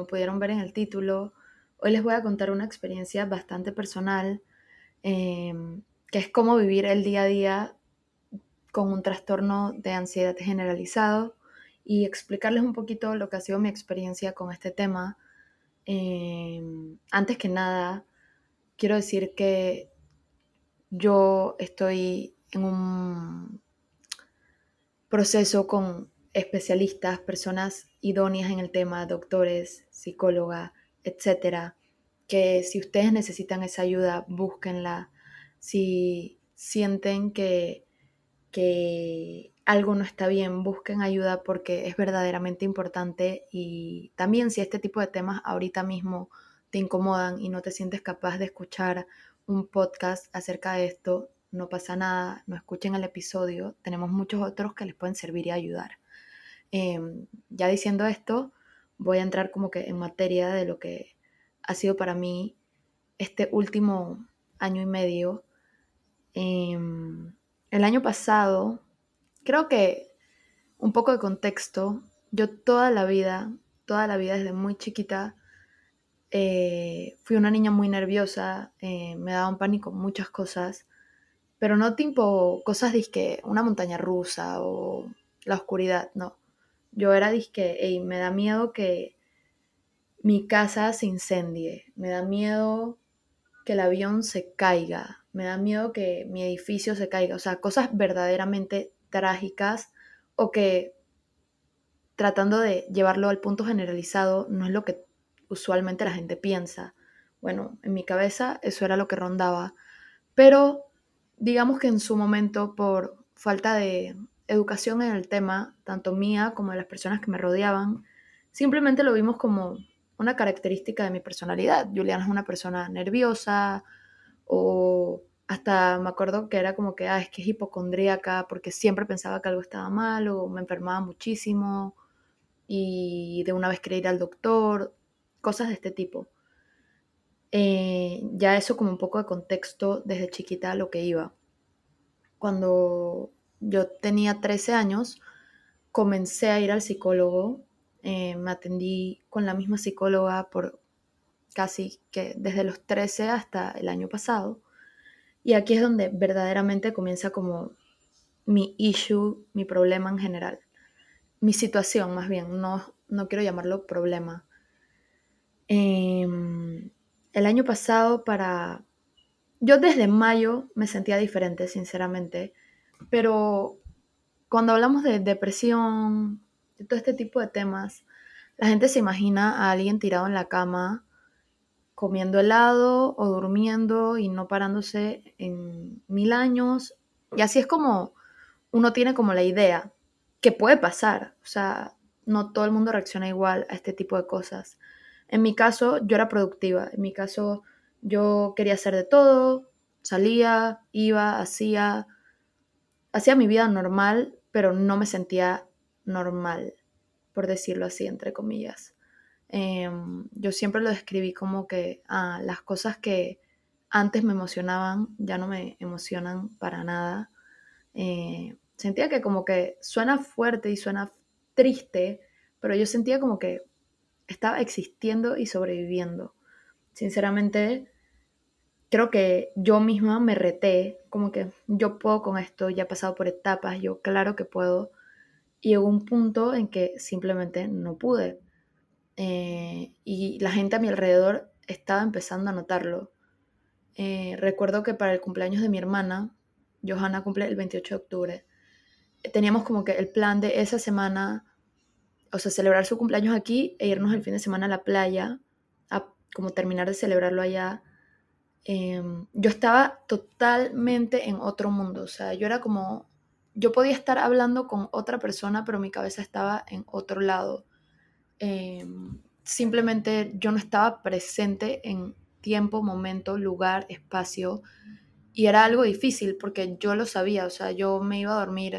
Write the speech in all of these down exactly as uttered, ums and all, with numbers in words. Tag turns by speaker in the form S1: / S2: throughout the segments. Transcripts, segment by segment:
S1: como pudieron ver en el título, hoy les voy a contar una experiencia bastante personal, eh, que es cómo vivir el día a día con un trastorno de ansiedad generalizado y explicarles un poquito lo que ha sido mi experiencia con este tema. Eh, Antes que nada, quiero decir que yo estoy en un proceso con especialistas, personas idóneas en el tema, doctores, psicóloga, etcétera, que si ustedes necesitan esa ayuda, búsquenla. Si sienten que, que algo no está bien, busquen ayuda porque es verdaderamente importante. Y también si este tipo de temas ahorita mismo te incomodan y no te sientes capaz de escuchar un podcast acerca de esto, no pasa nada, no escuchen el episodio, tenemos muchos otros que les pueden servir y ayudar. Eh, ya diciendo esto, voy a entrar como que en materia de lo que ha sido para mí este último año y medio. Eh, el año pasado, creo que un poco de contexto, yo toda la vida, toda la vida desde muy chiquita, eh, fui una niña muy nerviosa, eh, me daban pánico muchas cosas, pero no tipo cosas disque una montaña rusa o la oscuridad, no. Yo era disque, hey, me da miedo que mi casa se incendie, me da miedo que el avión se caiga, me da miedo que mi edificio se caiga, o sea, cosas verdaderamente trágicas o que tratando de llevarlo al punto generalizado no es lo que usualmente la gente piensa. Bueno, en mi cabeza eso era lo que rondaba, pero digamos que en su momento, por falta de educación en el tema, tanto mía como de las personas que me rodeaban, simplemente lo vimos como una característica de mi personalidad. Juliana es una persona nerviosa, o hasta me acuerdo que era como que, ah, es que es hipocondríaca porque siempre pensaba que algo estaba mal o me enfermaba muchísimo y de una vez quería ir al doctor, cosas de este tipo. Eh, ya eso como un poco de contexto desde chiquita a lo que iba. Cuando yo tenía trece años, comencé a ir al psicólogo. Eh, me atendí con la misma psicóloga por casi que desde los trece hasta el año pasado. Y aquí es donde verdaderamente comienza como mi issue, mi problema en general. Mi situación más bien, no, no quiero llamarlo problema. Eh, el año pasado para... Yo desde mayo me sentía diferente, sinceramente, pero cuando hablamos de depresión, de todo este tipo de temas, la gente se imagina a alguien tirado en la cama, comiendo helado o durmiendo y no parándose en mil años. Y así es como uno tiene como la idea que puede pasar. O sea, no todo el mundo reacciona igual a este tipo de cosas. En mi caso, yo era productiva. En mi caso, yo quería hacer de todo. Salía, iba, hacía, hacía mi vida normal, pero no me sentía normal, por decirlo así, entre comillas. Eh, yo siempre lo describí como que ah, las cosas que antes me emocionaban ya no me emocionan para nada. Eh, sentía que como que suena fuerte y suena triste, pero yo sentía como que estaba existiendo y sobreviviendo. Sinceramente, creo que yo misma me reté, como que yo puedo con esto, ya he pasado por etapas, yo claro que puedo. Y llegó un punto en que simplemente no pude. Eh, y la gente a mi alrededor estaba empezando a notarlo. Eh, recuerdo que para el cumpleaños de mi hermana, Johanna cumple el veintiocho de octubre, teníamos como que el plan de esa semana, o sea, celebrar su cumpleaños aquí e irnos el fin de semana a la playa, a como terminar de celebrarlo allá. Eh, yo estaba totalmente en otro mundo, o sea, yo era como, yo podía estar hablando con otra persona, pero mi cabeza estaba en otro lado. Eh, Simplemente yo no estaba presente en tiempo, momento, lugar, espacio, y era algo difícil porque yo lo sabía, o sea, yo me iba a dormir,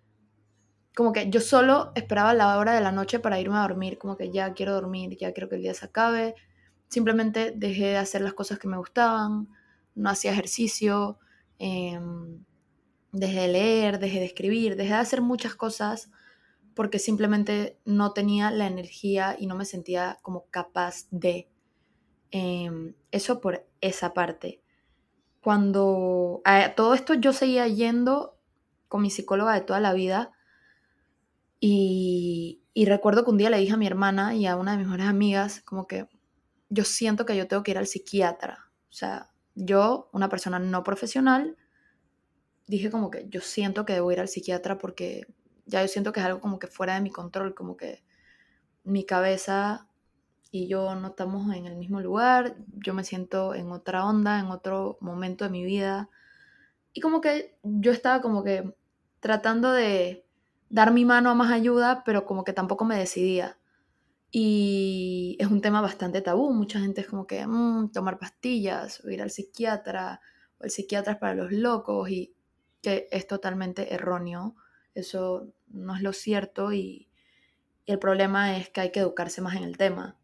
S1: como que yo solo esperaba la hora de la noche para irme a dormir, como que ya quiero dormir, ya quiero que el día se acabe. Simplemente dejé de hacer las cosas que me gustaban, no hacía ejercicio, eh, dejé de leer, dejé de escribir, dejé de hacer muchas cosas porque simplemente no tenía la energía y no me sentía como capaz de. Eh, eso por esa parte. Cuando a todo esto yo seguía yendo con mi psicóloga de toda la vida y, y recuerdo que un día le dije a mi hermana y a una de mis mejores amigas como que yo siento que yo tengo que ir al psiquiatra. O sea, yo, una persona no profesional, dije como que yo siento que debo ir al psiquiatra porque ya yo siento que es algo como que fuera de mi control, como que mi cabeza y yo no estamos en el mismo lugar, yo me siento en otra onda, en otro momento de mi vida. Y como que yo estaba como que tratando de dar mi mano a más ayuda, pero como que tampoco me decidía. Y es un tema bastante tabú, mucha gente es como que mmm, tomar pastillas o ir al psiquiatra, o el psiquiatra es para los locos, y que es totalmente erróneo, eso no es lo cierto y, y el problema es que hay que educarse más en el tema.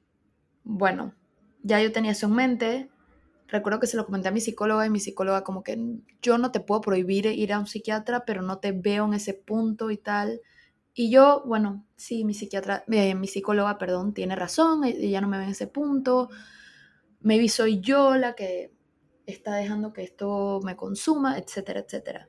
S1: Bueno, ya yo tenía eso en mente. Recuerdo que se lo comenté a mi psicóloga y mi psicóloga como que yo no te puedo prohibir ir a un psiquiatra, pero no te veo en ese punto y tal. Y yo, bueno, sí, mi psiquiatra, eh, mi psicóloga, perdón, tiene razón, e- ella no me ve en ese punto. Maybe soy yo la que está dejando que esto me consuma, etcétera, etcétera.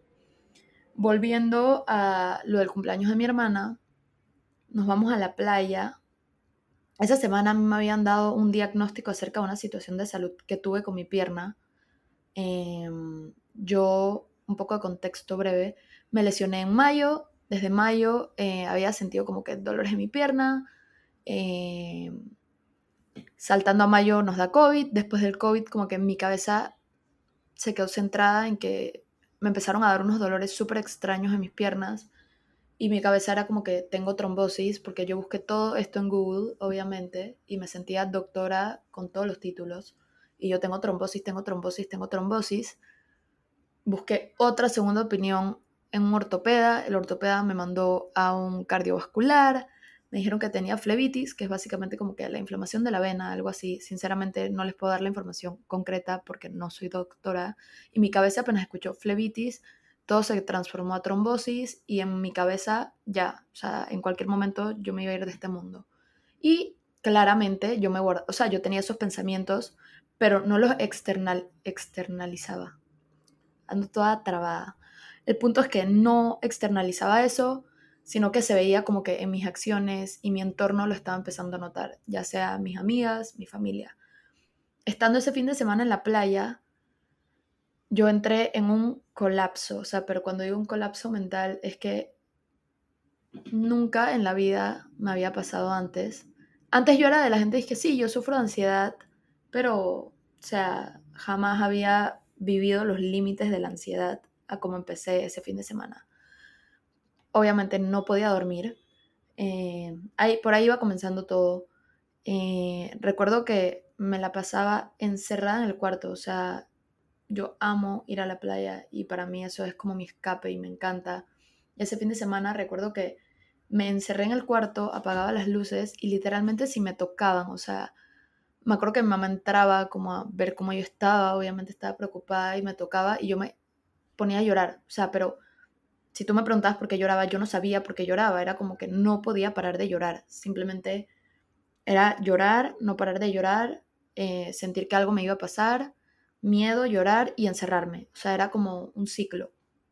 S1: Volviendo a lo del cumpleaños de mi hermana, nos vamos a la playa. Esa semana a mí me habían dado un diagnóstico acerca de una situación de salud que tuve con mi pierna. Eh, yo, un poco de contexto breve, me lesioné en mayo. Desde mayo eh, había sentido como que dolores en mi pierna. Eh, Saltando a mayo nos da COVID. Después del COVID como que mi cabeza se quedó centrada en que me empezaron a dar unos dolores súper extraños en mis piernas. Y mi cabeza era como que tengo trombosis, porque yo busqué todo esto en Google, obviamente, y me sentía doctora con todos los títulos. Y yo tengo trombosis, tengo trombosis, tengo trombosis. Busqué otra segunda opinión en un ortopeda. El ortopeda me mandó a un cardiovascular. Me dijeron que tenía flebitis, que es básicamente como que la inflamación de la vena, algo así. Sinceramente no les puedo dar la información concreta porque no soy doctora. Y mi cabeza apenas escuchó flebitis, todo se transformó a trombosis y en mi cabeza ya, o sea, en cualquier momento yo me iba a ir de este mundo. Y claramente yo me guardo, o sea, yo tenía esos pensamientos, pero no los external, externalizaba. Ando toda trabada. El punto es que no externalizaba eso, sino que se veía como que en mis acciones y mi entorno lo estaba empezando a notar, ya sea mis amigas, mi familia. Estando ese fin de semana en la playa, yo entré en un colapso, o sea, pero cuando digo un colapso mental es que nunca en la vida me había pasado antes. Antes yo era de la gente que sí, yo sufro de ansiedad, pero, o sea, jamás había vivido los límites de la ansiedad a como empecé ese fin de semana. Obviamente no podía dormir. Eh, ahí, por ahí iba comenzando todo. Eh, recuerdo que me la pasaba encerrada en el cuarto, o sea, yo amo ir a la playa y para mí eso es como mi escape y me encanta. Ese fin de semana recuerdo que me encerré en el cuarto, apagaba las luces y literalmente si me tocaban, o sea, me acuerdo que mi mamá entraba como a ver cómo yo estaba, obviamente estaba preocupada y me tocaba y yo me ponía a llorar, o sea, pero si tú me preguntabas por qué lloraba, yo no sabía por qué lloraba, era como que no podía parar de llorar, simplemente era llorar, no parar de llorar, eh, sentir que algo me iba a pasar, miedo, llorar y encerrarme. O sea, era como un ciclo.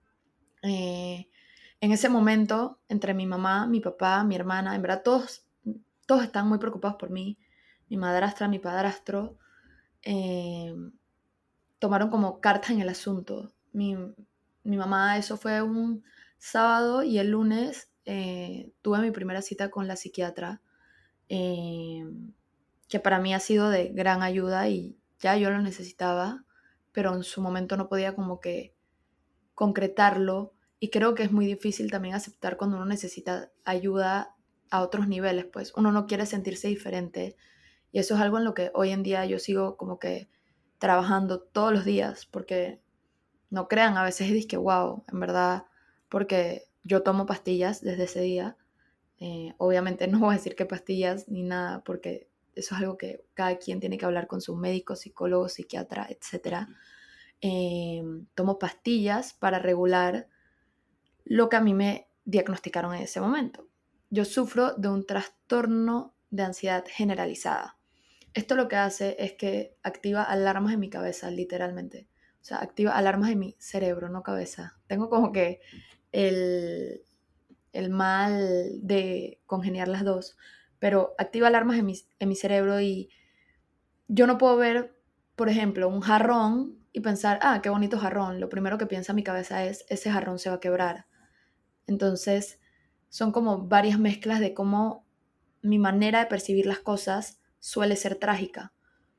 S1: Eh, en ese momento, entre mi mamá, mi papá, mi hermana, en verdad todos, todos están muy preocupados por mí. Mi madrastra, mi padrastro, eh, tomaron como cartas en el asunto. Mi, mi mamá, eso fue un sábado y el lunes eh, tuve mi primera cita con la psiquiatra. Eh, que para mí ha sido de gran ayuda y ya yo lo necesitaba, pero en su momento no podía como que concretarlo y creo que es muy difícil también aceptar cuando uno necesita ayuda a otros niveles, pues uno no quiere sentirse diferente y eso es algo en lo que hoy en día yo sigo como que trabajando todos los días porque no crean, a veces es que wow, en verdad, porque yo tomo pastillas desde ese día. Eh, obviamente no voy a decir qué pastillas ni nada, porque eso es algo que cada quien tiene que hablar con su médico, psicólogo, psiquiatra, etcétera. Eh, Tomo pastillas para regular lo que a mí me diagnosticaron en ese momento. yo sufro de un trastorno de ansiedad generalizada. Esto lo que hace es que activa alarmas en mi cabeza, literalmente. O sea, activa alarmas en mi cerebro, no cabeza. Tengo como que el, el mal de congeniar las dos, pero activa alarmas en mi, en mi cerebro y yo no puedo ver, por ejemplo, un jarrón y pensar, ah, qué bonito jarrón. Lo primero que piensa mi cabeza es, ese jarrón se va a quebrar. Entonces, son como varias mezclas de cómo mi manera de percibir las cosas suele ser trágica.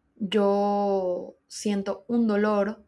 S1: Yo siento un dolor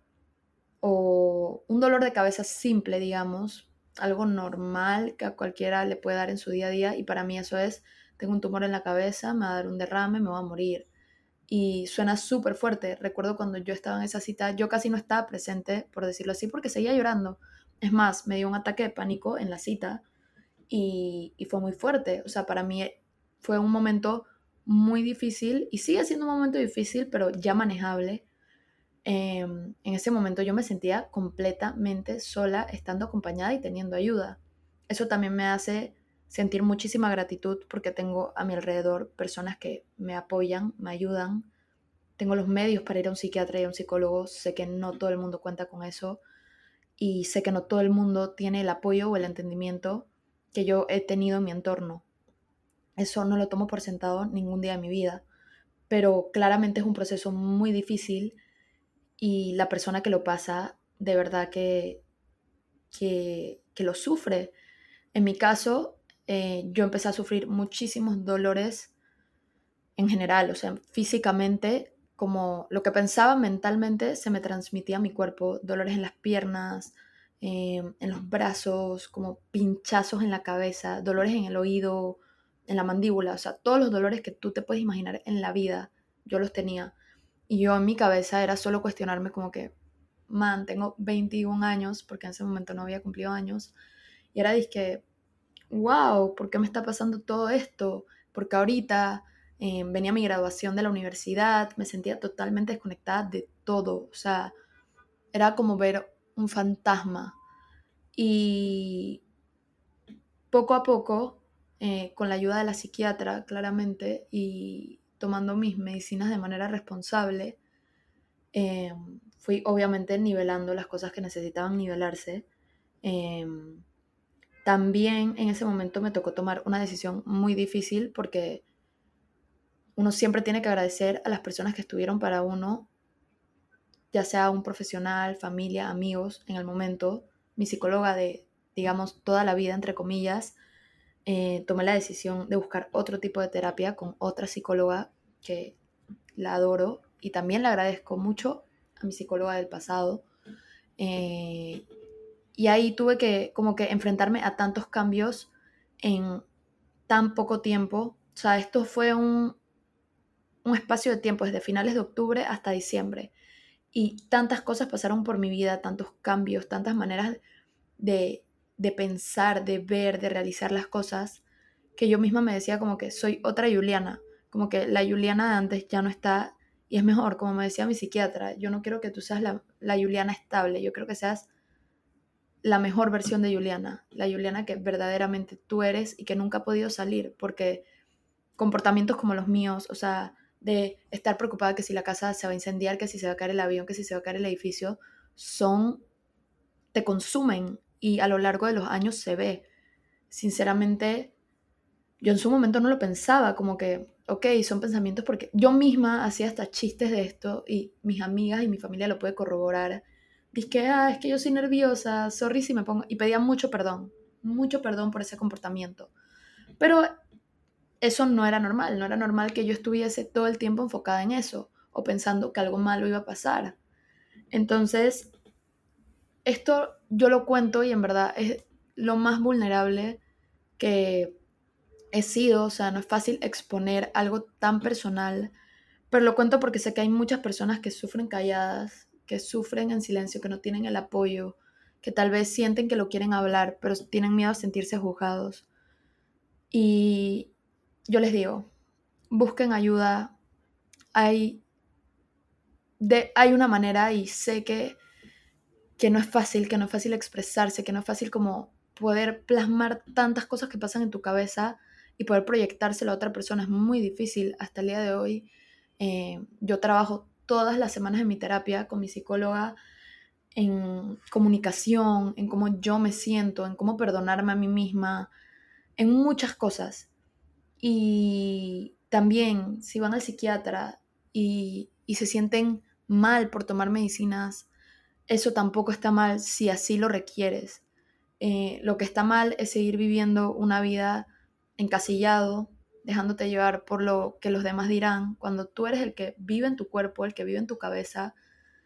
S1: o un dolor de cabeza simple, digamos, algo normal que a cualquiera le puede dar en su día a día y para mí eso es, tengo un tumor en la cabeza, me va a dar un derrame, me voy a morir. Y suena súper fuerte. Recuerdo cuando yo estaba en esa cita, yo casi no estaba presente, por decirlo así, porque seguía llorando. Es más, me dio un ataque de pánico en la cita y, y fue muy fuerte. O sea, para mí fue un momento muy difícil y sigue siendo un momento difícil, pero ya manejable. Eh, en ese momento yo me sentía completamente sola, estando acompañada y teniendo ayuda. Eso también me hace sentir muchísima gratitud porque tengo a mi alrededor personas que me apoyan, me ayudan. Tengo los medios para ir a un psiquiatra y a un psicólogo. Sé que no todo el mundo cuenta con eso y sé que no todo el mundo tiene el apoyo o el entendimiento que yo he tenido en mi entorno. Eso no lo tomo por sentado ningún día de mi vida, pero claramente es un proceso muy difícil y la persona que lo pasa de verdad que, que, que lo sufre. En mi caso, eh, yo empecé a sufrir muchísimos dolores en general, o sea, físicamente, como lo que pensaba mentalmente se me transmitía a mi cuerpo, dolores en las piernas, eh, en los brazos, como pinchazos en la cabeza, dolores en el oído, en la mandíbula, o sea, todos los dolores que tú te puedes imaginar en la vida, yo los tenía. Y yo en mi cabeza era solo cuestionarme como que, man, tengo veintiún años, porque en ese momento no había cumplido años, y era disque, wow, ¿por qué me está pasando todo esto? Porque ahorita eh, venía mi graduación de la universidad, me sentía totalmente desconectada de todo, o sea, era como ver un fantasma. Y poco a poco, eh, con la ayuda de la psiquiatra, claramente, y tomando mis medicinas de manera responsable, eh, fui obviamente nivelando las cosas que necesitaban nivelarse. Eh, También en ese momento me tocó tomar una decisión muy difícil porque uno siempre tiene que agradecer a las personas que estuvieron para uno, ya sea un profesional, familia, amigos, en el momento. Mi psicóloga de, digamos, toda la vida, entre comillas, eh, tomé la decisión de buscar otro tipo de terapia con otra psicóloga que la adoro y también le agradezco mucho a mi psicóloga del pasado. Eh, y ahí tuve que como que enfrentarme a tantos cambios en tan poco tiempo. O sea, esto fue un, un espacio de tiempo desde finales de octubre hasta diciembre. Y tantas cosas pasaron por mi vida, tantos cambios, tantas maneras de, de pensar, de ver, de realizar las cosas, que yo misma me decía como que soy otra Juliana, como que la Juliana de antes ya no está y es mejor, como me decía mi psiquiatra, yo no quiero que tú seas la, la Juliana estable, yo quiero que seas la mejor versión de Juliana, la Juliana que verdaderamente tú eres y que nunca ha podido salir, porque comportamientos como los míos, o sea, de estar preocupada que si la casa se va a incendiar, que si se va a caer el avión, que si se va a caer el edificio, son, te consumen y a lo largo de los años se ve. Sinceramente, yo en su momento no lo pensaba, como que, ok, son pensamientos porque yo misma hacía hasta chistes de esto y mis amigas y mi familia lo puede corroborar. Dice que, ah, es que yo soy nerviosa, sorry si me pongo, y pedía mucho perdón, mucho perdón por ese comportamiento. Pero eso no era normal, no era normal que yo estuviese todo el tiempo enfocada en eso o pensando que algo malo iba a pasar. Entonces, esto yo lo cuento y en verdad es lo más vulnerable que he sido, o sea, no es fácil exponer algo tan personal, pero lo cuento porque sé que hay muchas personas que sufren calladas, que sufren en silencio, que no tienen el apoyo, que tal vez sienten que lo quieren hablar, pero tienen miedo a sentirse juzgados. Y yo les digo, busquen ayuda, hay, de, hay una manera y sé que, que no es fácil, que no es fácil expresarse, que no es fácil como poder plasmar tantas cosas que pasan en tu cabeza y poder proyectárselo a otra persona es muy difícil hasta el día de hoy. Eh, yo trabajo todas las semanas en mi terapia con mi psicóloga en comunicación, en cómo yo me siento, en cómo perdonarme a mí misma, en muchas cosas. Y también si van al psiquiatra y, y se sienten mal por tomar medicinas, eso tampoco está mal si así lo requieres. Eh, lo que está mal es seguir viviendo una vida encasillado, dejándote llevar por lo que los demás dirán, cuando tú eres el que vive en tu cuerpo, el que vive en tu cabeza.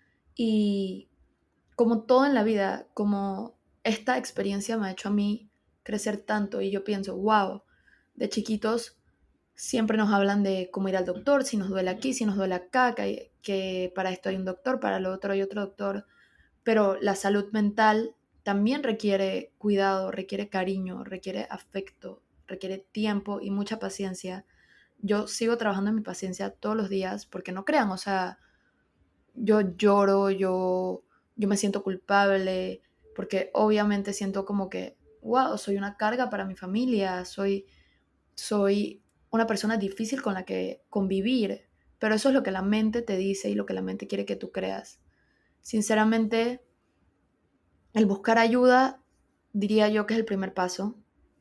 S1: Y como todo en la vida, como esta experiencia me ha hecho a mí crecer tanto y yo pienso, wow, de chiquitos siempre nos hablan de cómo ir al doctor, si nos duele aquí, si nos duele acá, que, que para esto hay un doctor, para lo otro hay otro doctor, pero la salud mental también requiere cuidado, requiere cariño, requiere afecto, requiere tiempo y mucha paciencia. Yo sigo trabajando en mi paciencia todos los días porque no crean, o sea, yo lloro, yo, yo me siento culpable, porque obviamente siento como que, wow, soy una carga para mi familia, soy, soy una persona difícil con la que convivir, pero eso es lo que la mente te dice y lo que la mente quiere que tú creas. Sinceramente, el buscar ayuda diría yo que es el primer paso.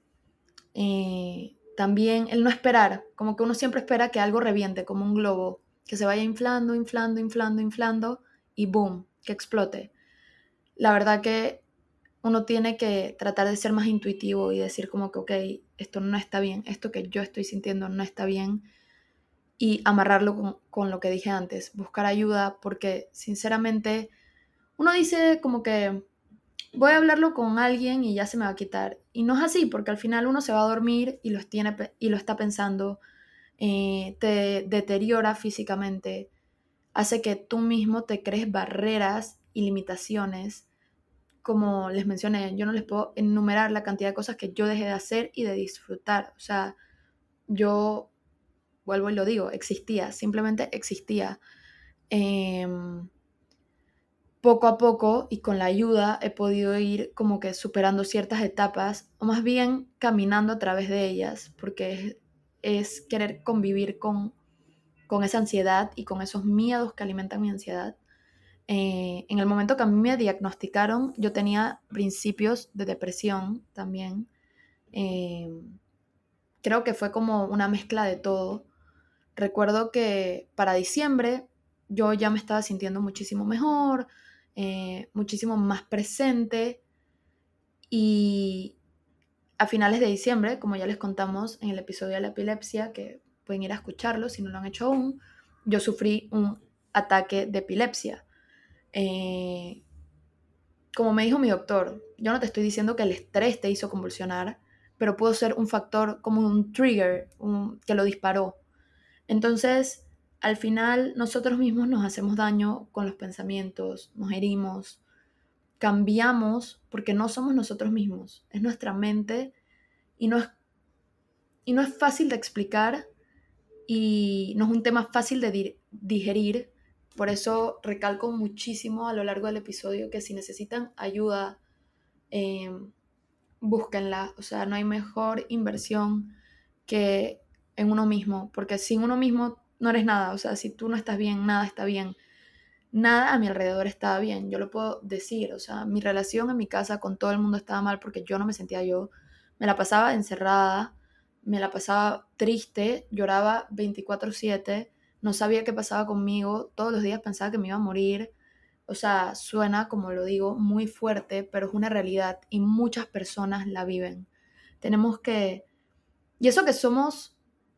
S1: Eh, también el no esperar, como que uno siempre espera que algo reviente, como un globo, que se vaya inflando, inflando, inflando, inflando y boom, que explote. La verdad que uno tiene que tratar de ser más intuitivo y decir como que, ok, esto no está bien, esto que yo estoy sintiendo no está bien, y amarrarlo con, con lo que dije antes, buscar ayuda, porque sinceramente uno dice como que voy a hablarlo con alguien y ya se me va a quitar. Y no es así, porque al final uno se va a dormir y lo, tiene, y lo está pensando, eh, te deteriora físicamente, hace que tú mismo te crees barreras y limitaciones. Como les mencioné, yo no les puedo enumerar la cantidad de cosas que yo dejé de hacer y de disfrutar. O sea, yo, vuelvo y lo digo, existía, simplemente existía. Eh, Poco a poco y con la ayuda he podido ir como que superando ciertas etapas, o más bien caminando a través de ellas, porque es, es querer convivir con, con esa ansiedad y con esos miedos que alimentan mi ansiedad. Eh, en el momento que a mí me diagnosticaron, yo tenía principios de depresión también. Eh, Creo que fue como una mezcla de todo. Recuerdo que para diciembre yo ya me estaba sintiendo muchísimo mejor, eh, muchísimo más presente, y a finales de diciembre, como ya les contamos en el episodio de la epilepsia, que pueden ir a escucharlo si no lo han hecho aún, yo sufrí un ataque de epilepsia. Eh, Como me dijo mi doctor, yo no te estoy diciendo que el estrés te hizo convulsionar, pero pudo ser un factor como un trigger un, que lo disparó. Entonces, al final, nosotros mismos nos hacemos daño con los pensamientos, nos herimos, cambiamos porque no somos nosotros mismos, es nuestra mente, y no es, y no es fácil de explicar y no es un tema fácil de di- digerir. Por eso recalco muchísimo a lo largo del episodio que si necesitan ayuda, eh, búsquenla. O sea, no hay mejor inversión que en uno mismo, porque sin uno mismo no eres nada. O sea, si tú no estás bien, nada está bien. Nada a mi alrededor estaba bien, yo lo puedo decir. O sea, mi relación en mi casa con todo el mundo estaba mal porque yo no me sentía yo. Me la pasaba encerrada, me la pasaba triste, lloraba veinticuatro siete, no sabía qué pasaba conmigo, todos los días pensaba que me iba a morir. O sea, suena, como lo digo, muy fuerte, pero es una realidad y muchas personas la viven. Tenemos que... Y eso que somos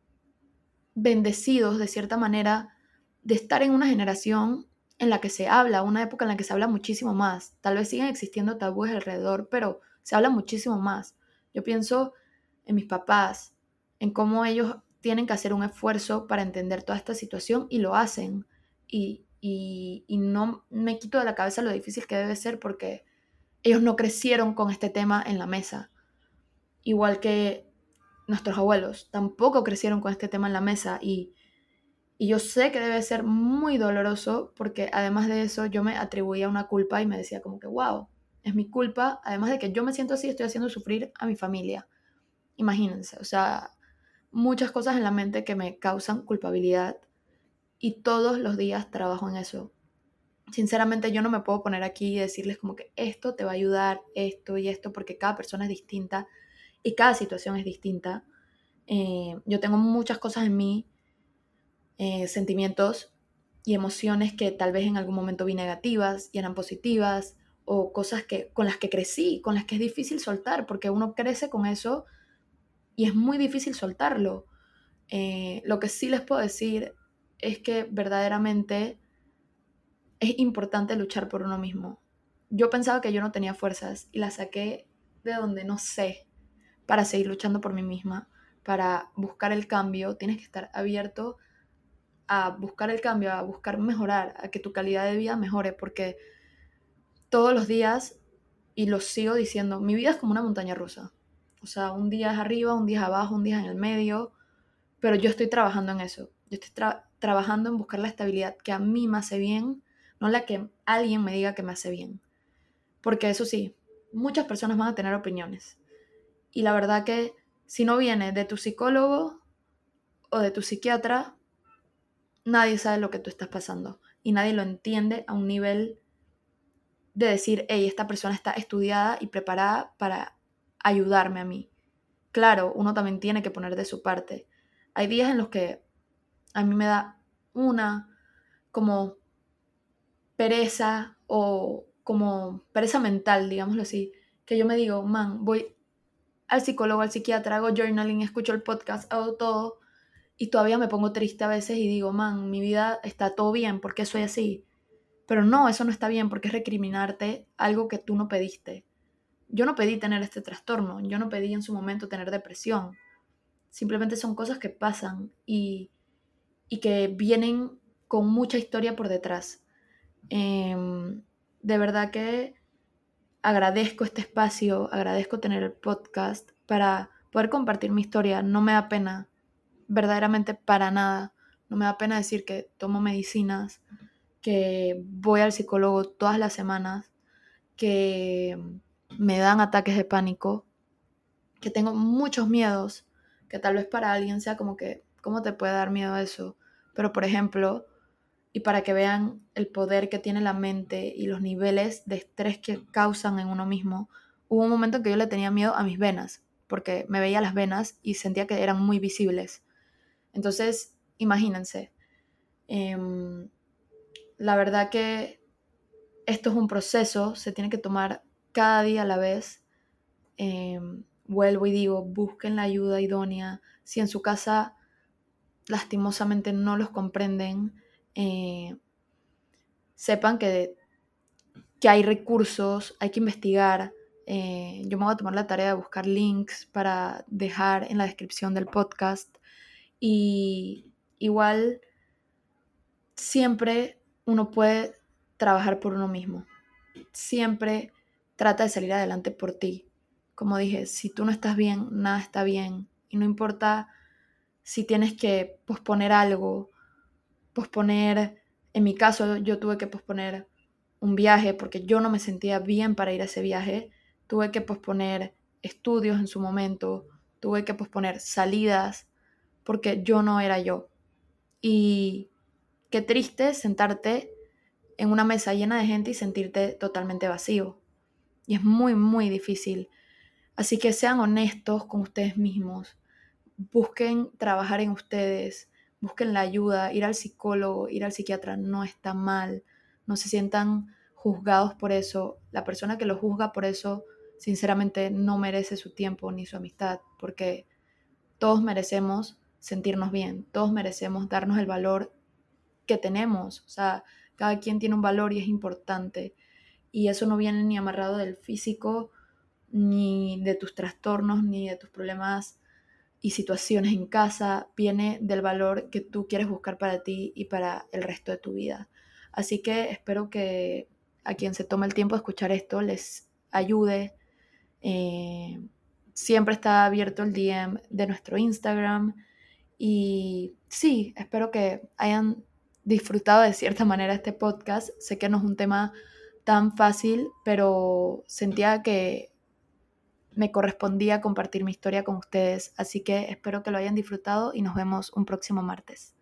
S1: bendecidos de cierta manera de estar en una generación en la que se habla, una época en la que se habla muchísimo más. Tal vez siguen existiendo tabúes alrededor, pero se habla muchísimo más. Yo pienso en mis papás, en cómo ellos tienen que hacer un esfuerzo para entender toda esta situación y lo hacen. Y, y, y no me quito de la cabeza lo difícil que debe ser porque ellos no crecieron con este tema en la mesa. Igual que nuestros abuelos tampoco crecieron con este tema en la mesa, y, y yo sé que debe ser muy doloroso porque además de eso yo me atribuía una culpa y me decía como que wow, es mi culpa, además de que yo me siento así, estoy haciendo sufrir a mi familia. Imagínense, o sea, muchas cosas en la mente que me causan culpabilidad y todos los días trabajo en eso. Sinceramente yo no me puedo poner aquí y decirles como que esto te va a ayudar, esto y esto, porque cada persona es distinta y cada situación es distinta. Eh, yo tengo muchas cosas en mí, eh, sentimientos y emociones que tal vez en algún momento vi negativas y eran positivas, o cosas que, con las que crecí, con las que es difícil soltar, porque uno crece con eso y es muy difícil soltarlo. Eh, lo que sí les puedo decir es que verdaderamente es importante luchar por uno mismo. Yo pensaba que yo no tenía fuerzas y las saqué de donde no sé, para seguir luchando por mí misma, para buscar el cambio. Tienes que estar abierto a buscar el cambio, a buscar mejorar, a que tu calidad de vida mejore, porque todos los días, y lo sigo diciendo, mi vida es como una montaña rusa. O sea, un día es arriba, un día es abajo, un día es en el medio, pero yo estoy trabajando en eso. Yo estoy tra- trabajando en buscar la estabilidad que a mí me hace bien, no la que alguien me diga que me hace bien. Porque eso sí, muchas personas van a tener opiniones. Y la verdad que si no viene de tu psicólogo o de tu psiquiatra, nadie sabe lo que tú estás pasando. Y nadie lo entiende a un nivel de decir, hey, esta persona está estudiada y preparada para ayudarme a mí. Claro, uno también tiene que poner de su parte. Hay días en los que a mí me da una como pereza o como pereza mental, digámoslo así, que yo me digo, man, voy al psicólogo, al psiquiatra, hago journaling, escucho el podcast, hago todo y todavía me pongo triste a veces y digo, man, mi vida está todo bien, ¿por qué soy así? Pero no, eso no está bien porque es recriminarte algo que tú no pediste. Yo no pedí tener este trastorno, yo no pedí en su momento tener depresión. Simplemente son cosas que pasan y, y que vienen con mucha historia por detrás. Eh, de verdad que agradezco este espacio, agradezco tener el podcast para poder compartir mi historia. No me da pena, verdaderamente para nada. No me da pena decir que tomo medicinas, que voy al psicólogo todas las semanas, que me dan ataques de pánico, que tengo muchos miedos, que tal vez para alguien sea como que, ¿cómo te puede dar miedo eso? Pero por ejemplo, y para que vean el poder que tiene la mente y los niveles de estrés que causan en uno mismo, hubo un momento en que yo le tenía miedo a mis venas, porque me veía las venas y sentía que eran muy visibles. Entonces, imagínense, eh, la verdad que esto es un proceso, se tiene que tomar cada día a la vez. Eh, vuelvo y digo, busquen la ayuda idónea. Si en su casa lastimosamente no los comprenden, eh, sepan que, que hay recursos, hay que investigar. Eh, yo me voy a tomar la tarea de buscar links para dejar en la descripción del podcast. Y igual siempre uno puede trabajar por uno mismo. Siempre trata de salir adelante por ti. Como dije, si tú no estás bien, nada está bien. Y no importa si tienes que posponer algo, posponer, en mi caso yo tuve que posponer un viaje porque yo no me sentía bien para ir a ese viaje, tuve que posponer estudios en su momento, tuve que posponer salidas porque yo no era yo. Y qué triste sentarte en una mesa llena de gente y sentirte totalmente vacío. Y es muy, muy difícil. Así que sean honestos con ustedes mismos. Busquen trabajar en ustedes. Busquen la ayuda. Ir al psicólogo, ir al psiquiatra no está mal. No se sientan juzgados por eso. La persona que lo juzga por eso, sinceramente, no merece su tiempo ni su amistad. Porque todos merecemos sentirnos bien. Todos merecemos darnos el valor que tenemos. O sea, cada quien tiene un valor y es importante. Y eso no viene ni amarrado del físico, ni de tus trastornos, ni de tus problemas y situaciones en casa. Viene del valor que tú quieres buscar para ti y para el resto de tu vida. Así que espero que a quien se tome el tiempo de escuchar esto les ayude. Eh, siempre está abierto el D M de nuestro Instagram. Y sí, espero que hayan disfrutado de cierta manera este podcast. Sé que no es un tema tan fácil, pero sentía que me correspondía compartir mi historia con ustedes. Así que espero que lo hayan disfrutado y nos vemos un próximo martes.